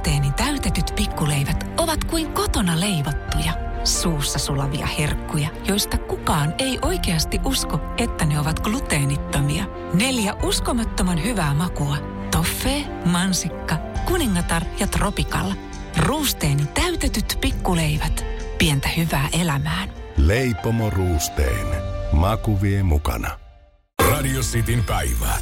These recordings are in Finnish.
Ruusteeni täytetyt pikkuleivät ovat kuin kotona leivottuja. Suussa sulavia herkkuja, joista kukaan ei oikeasti usko, että ne ovat gluteenittomia. 4 uskomattoman hyvää makua. Toffee, mansikka, kuningatar ja tropikalla. Ruusteeni täytetyt pikkuleivät. Pientä hyvää elämään. Leipomo Ruusteen. Maku vie mukana. Radio Cityn päivä.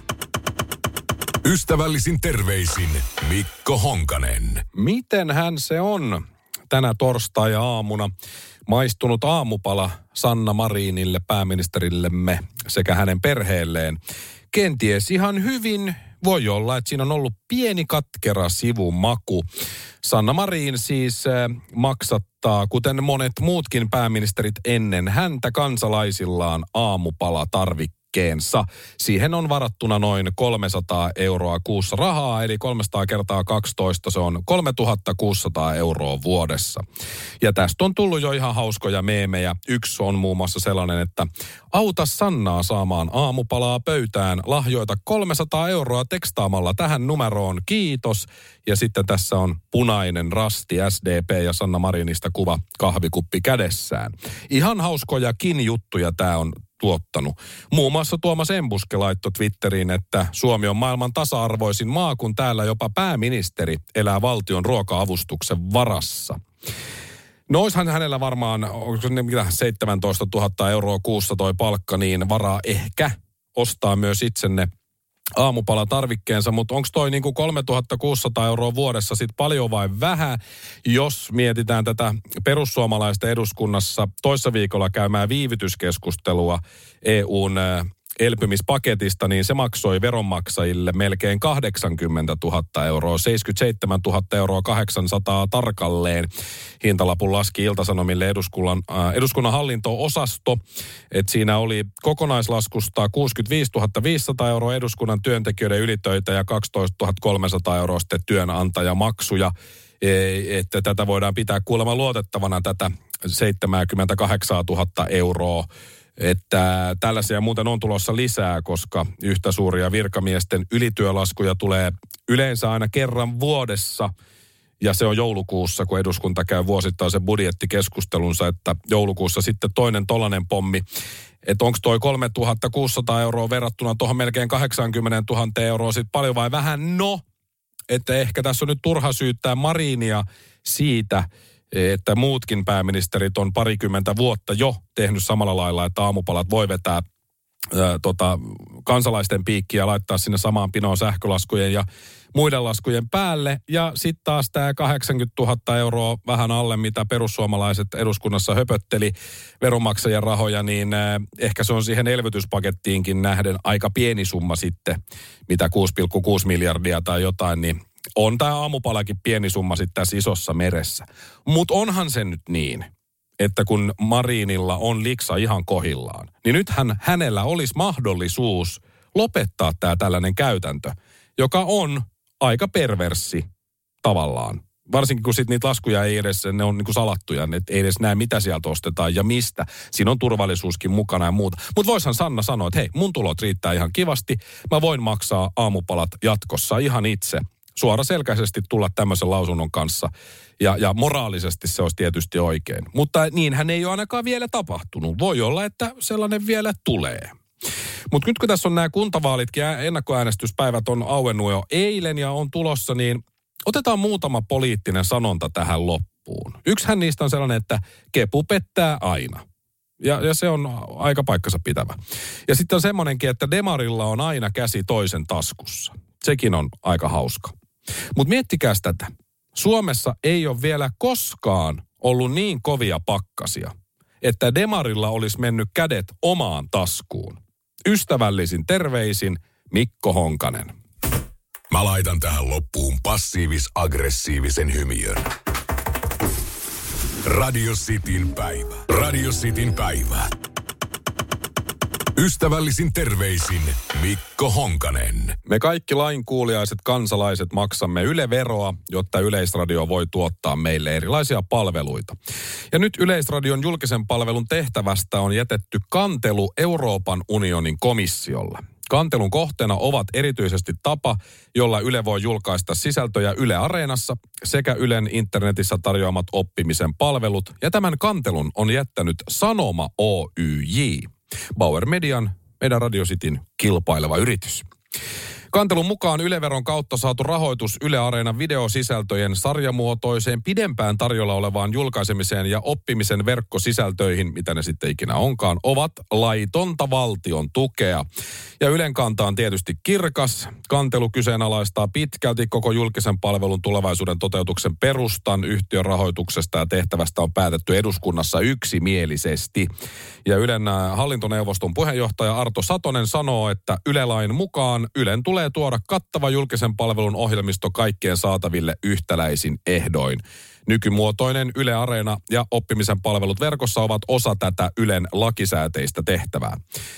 Ystävällisin terveisin Mikko Honkanen. Mitenhän se on tänä torstai-aamuna maistunut aamupala Sanna Marinille, pääministerillemme sekä hänen perheelleen? Kenties ihan hyvin. Voi olla, että siinä on ollut pieni katkera sivumaku. Sanna Marin siis maksattaa, kuten monet muutkin pääministerit ennen häntä, kansalaisillaan aamupalatarvikkeensa. Siihen on varattuna noin 300 euroa kuussa rahaa, eli 300 kertaa 12, se on 3600 euroa vuodessa. Ja tästä on tullut jo ihan hauskoja meemejä. Yksi on muun muassa sellainen, että auta Sannaa saamaan aamupalaa pöytään, lahjoita 300 euroa tekstaamalla tähän numeroon, kiitos. Ja sitten tässä on punainen rasti SDP ja Sanna Marinista kuva kahvikuppi kädessään. Ihan hauskojakin juttuja tämä on tuottanut. Muun muassa Tuomas Embuske laittoi Twitteriin, että Suomi on maailman tasa-arvoisin maa, kun täällä jopa pääministeri elää valtion ruoka-avustuksen varassa. No oishan hänellä varmaan, onko se 17 000 euroa kuussa toi palkka, niin varaa ehkä ostaa myös itsenne aamupalatarvikkeensa, mutta onko toi niinku 3600 euroa vuodessa sit paljon vai vähän, jos mietitään tätä perussuomalaista eduskunnassa toissa viikolla käymää viivytyskeskustelua EUn elpymispaketista, niin se maksoi veronmaksajille melkein 80 000 euroa, 77 800 tarkalleen. Hintalapun laski Ilta-Sanomille eduskunnan hallinto-osasto, että siinä oli kokonaislaskusta 65 500 euroa eduskunnan työntekijöiden ylitöitä ja 12 300 euroa sitten työnantajamaksuja. Että tätä voidaan pitää kuulemma luotettavana tätä 78 000 euroa. Että tällaisia muuten on tulossa lisää, koska yhtä suuria virkamiesten ylityölaskuja tulee yleensä aina kerran vuodessa. Ja se on joulukuussa, kun eduskunta käy vuosittaisen budjettikeskustelunsa, että joulukuussa sitten toinen tollainen pommi. Että onko toi 3600 euroa verrattuna tuohon melkein 80 000 euroa sitten paljon vai vähän? No, että ehkä tässä on nyt turha syyttää Marinia siitä, että muutkin pääministerit on parikymmentä vuotta jo tehnyt samalla lailla, että aamupalat voi vetää kansalaisten piikkiä ja laittaa sinne samaan pinoon sähkölaskujen ja muiden laskujen päälle. Ja sitten taas tämä 80 000 euroa vähän alle, mitä perussuomalaiset eduskunnassa höpötteli veronmaksajien rahoja, niin ehkä se on siihen elvytyspakettiinkin nähden aika pieni summa sitten, mitä 6,6 miljardia tai jotain, niin on tämä aamupalakin pieni summa sitten tässä isossa meressä. Mutta onhan se nyt niin, että kun Marinilla on liksa ihan kohillaan, niin nythän hänellä olisi mahdollisuus lopettaa tämä tällainen käytäntö, joka on aika perverssi tavallaan. Varsinkin kun sitten niitä laskuja ei edes, ne on niinku salattuja, että ei edes näe mitä sieltä ostetaan ja mistä. Siinä on turvallisuuskin mukana ja muuta. Mutta voishan Sanna sanoa, että hei, mun tulot riittää ihan kivasti. Mä voin maksaa aamupalat jatkossa ihan itse. Suoraselkäisesti tulla tämmöisen lausunnon kanssa. Ja moraalisesti se olisi tietysti oikein. Mutta niinhän ei ole ainakaan vielä tapahtunut. Voi olla, että sellainen vielä tulee. Mutta nyt kun tässä on nämä kuntavaalitkin ja ennakkoäänestyspäivät on auennut jo eilen ja on tulossa, niin otetaan muutama poliittinen sanonta tähän loppuun. Yksihän niistä on sellainen, että kepu pettää aina. Ja se on aika paikkansa pitävä. Ja sitten on semmoinenkin, että demarilla on aina käsi toisen taskussa. Sekin on aika hauska. Mutta miettikääs tätä. Suomessa ei ole vielä koskaan ollut niin kovia pakkasia, että demarilla olisi mennyt kädet omaan taskuun. Ystävällisin terveisin Mikko Honkanen. Mä laitan tähän loppuun passiivis-aggressiivisen hymiön. Radio Cityn päivä. Radio Cityn päivä. Ystävällisin terveisin Mikko Honkanen. Me kaikki lainkuuliaiset kansalaiset maksamme Yle-veroa, jotta Yleisradio voi tuottaa meille erilaisia palveluita. Ja nyt Yleisradion julkisen palvelun tehtävästä on jätetty kantelu Euroopan unionin komissiolle. Kantelun kohteena ovat erityisesti tapa, jolla Yle voi julkaista sisältöjä Yle Areenassa sekä Ylen internetissä tarjoamat oppimisen palvelut. Ja tämän kantelun on jättänyt Sanoma Oyj, Bauer Median, meidän Radio Cityn kilpaileva yritys. Kantelun mukaan Yle-veron kautta saatu rahoitus Yle Areenan videosisältöjen sarjamuotoiseen pidempään tarjolla olevaan julkaisemiseen ja oppimisen verkkosisältöihin, mitä ne sitten ikinä onkaan, ovat laitonta valtion tukea. Ja Ylen kanta on tietysti kirkas. Kantelu kyseenalaistaa pitkälti koko julkisen palvelun tulevaisuuden toteutuksen perustan. Yhtiön rahoituksesta ja tehtävästä on päätetty eduskunnassa yksimielisesti. Ja Ylen hallintoneuvoston puheenjohtaja Arto Satonen sanoo, että Yle-lain mukaan Ylen tulee tuoda kattava julkisen palvelun ohjelmisto kaikkien saataville yhtäläisin ehdoin. Nykymuotoinen Yle Areena ja oppimisen palvelut verkossa ovat osa tätä Ylen lakisääteistä tehtävää.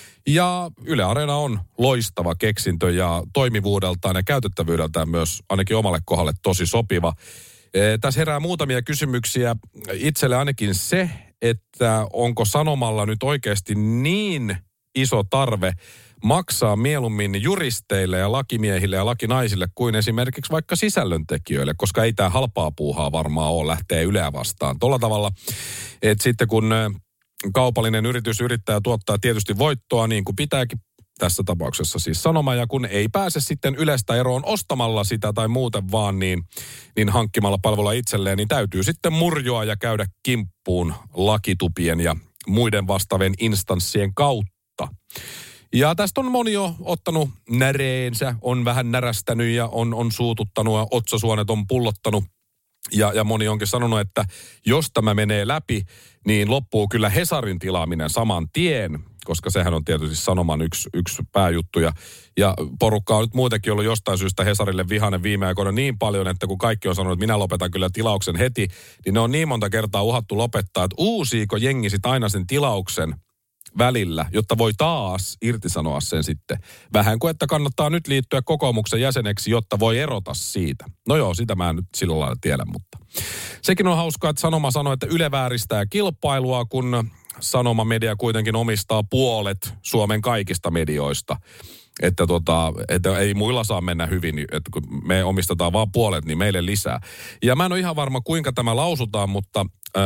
Ja Yle Areena on loistava keksintö ja toimivuudeltaan ja käytettävyydeltään myös ainakin omalle kohdalle tosi sopiva. Tässä herää muutamia kysymyksiä. Itselle ainakin se, että onko Sanomalla nyt oikeasti niin iso tarve maksaa mieluummin juristeille ja lakimiehille ja lakinaisille kuin esimerkiksi vaikka sisällöntekijöille, koska ei tämä halpaa puuhaa varmaan ole lähteä Yleä vastaan. Tuolla tavalla, että sitten kun kaupallinen yritys yrittää ja tuottaa tietysti voittoa niin kuin pitääkin, tässä tapauksessa siis Sanoma, ja kun ei pääse sitten Ylestä eroon ostamalla sitä tai muuten vaan, niin hankkimalla palvelua itselleen, niin täytyy sitten murjoa ja käydä kimppuun lakitupien ja muiden vastaavien instanssien kautta. Ja tästä on moni jo ottanut näreensä, on vähän närästänyt ja on suututtanut ja otsasuonet on pullottanut. Ja moni onkin sanonut, että jos tämä menee läpi, niin loppuu kyllä Hesarin tilaaminen saman tien, koska sehän on tietysti Sanoman yksi pääjuttu. Ja porukka on nyt muutenkin ollut jostain syystä Hesarille vihainen viime aikoina niin paljon, että kun kaikki on sanonut, että minä lopetan kyllä tilauksen heti, niin ne on niin monta kertaa uhattu lopettaa, että uusiiko jengi sit aina sen tilauksen välillä, jotta voi taas irtisanoa sen sitten. Vähän kuin, että kannattaa nyt liittyä kokoomuksen jäseneksi, jotta voi erota siitä. No joo, sitä mä en nyt sillä lailla tiedä, mutta sekin on hauskaa, että Sanoma sanoi, että Yle vääristää kilpailua, kun Sanoma Media kuitenkin omistaa puolet Suomen kaikista medioista. Että ei muilla saa mennä hyvin, että kun me omistetaan vaan puolet, niin meille lisää. Ja mä en ole ihan varma, kuinka tämä lausutaan, mutta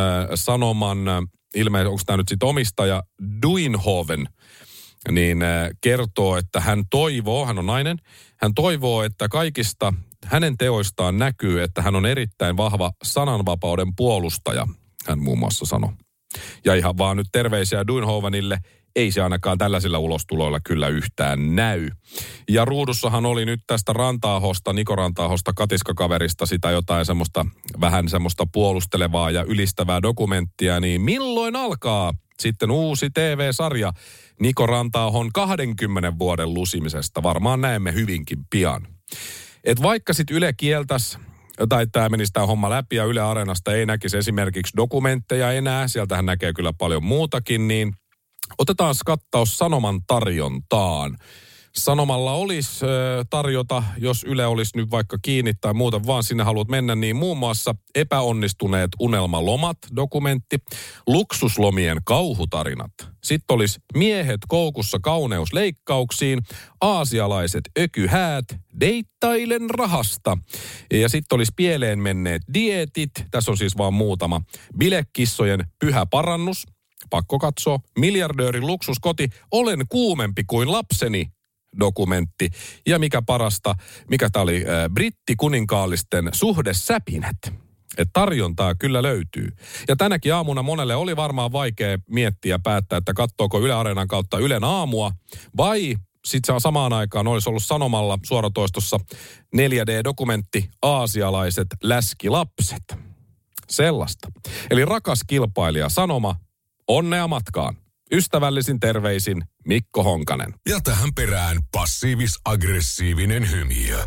Sanoman ilmeisesti, onko tämä nyt sitten omistaja Duinhoven, niin kertoo, että hän on nainen, hän toivoo, että kaikista hänen teoistaan näkyy, että hän on erittäin vahva sananvapauden puolustaja, hän muun muassa sanoi. Ja ihan vaan nyt terveisiä Duinhovenille, ei se ainakaan tällaisilla ulostuloilla kyllä yhtään näy. Ja ruudussahan oli nyt tästä Niko Ranta-ahosta, katiskakaverista, sitä jotain vähän semmoista puolustelevaa ja ylistävää dokumenttia, niin milloin alkaa sitten uusi TV-sarja Niko Ranta-ahon 20 vuoden lusimisesta? Varmaan näemme hyvinkin pian. Et vaikka sitten Yle kieltäisi, tai tämä menisi tämä homma läpi ja Yle Areenasta ei näkisi esimerkiksi dokumentteja enää, sieltähän näkee kyllä paljon muutakin, niin otetaan kattaus Sanoman tarjontaan. Sanomalla olisi tarjota, jos Yle olisi nyt vaikka kiinni tai muuta vaan sinne haluat mennä, niin muun muassa Epäonnistuneet unelmalomat -dokumentti, Luksuslomien kauhutarinat. Sitten olisi Miehet koukussa kauneusleikkauksiin, Aasialaiset ökyhäät, Deittailen rahasta. Ja sitten olisi Pieleen menneet dieetit, tässä on siis vaan muutama, Bilekissojen pyhä parannus, pakko katsoa, Miljardöörin luksuskoti, Olen kuumempi kuin lapseni -dokumentti. Ja mikä parasta, mikä tämä oli, brittikuninkaallisten suhdesäpinät. Että tarjontaa kyllä löytyy. Ja tänäkin aamuna monelle oli varmaan vaikea miettiä ja päättää, että katsoako Yle Areenan kautta Ylen aamua vai sitten samaan aikaan olisi ollut Sanomalla suoratoistossa 4D-dokumentti Aasialaiset läskilapset. Sellaista. Eli rakas kilpailija Sanoma, onnea matkaan. Ystävällisin terveisin Mikko Honkanen. Ja tähän perään passiivis-aggressiivinen hymiö.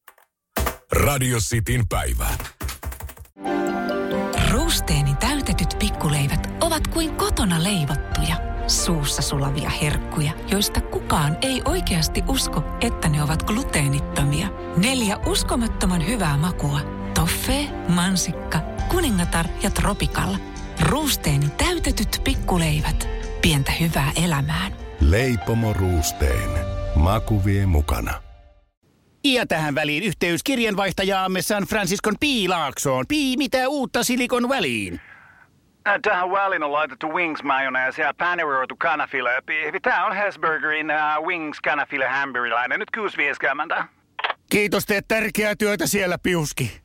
Radio Cityn päivä. Ruusteeni täytetyt pikkuleivät ovat kuin kotona leivottuja, suussa sulavia herkkuja, joista kukaan ei oikeasti usko, että ne ovat gluteenittomia. 4 uskomattoman hyvää makua. Toffee, mansikka, kuningatar ja tropikalla. Ruusteeni täytetyt pikkuleivät. Pientä hyvää elämään. Leipomo Roosteen. Maku vie mukana. Ja tähän väliin yhteys kirjanvaihtajaamme San Franciscon P. Laaksoon. Mitä uutta Silikon väliin? Tähän väliin on laitettu wings mayonnaise ja paneroitu kanafila. Tämä on Hesburgerin wings kanafila hamburilainen. Nyt 6.50. Kiitos, teet tärkeää työtä siellä, Piuski.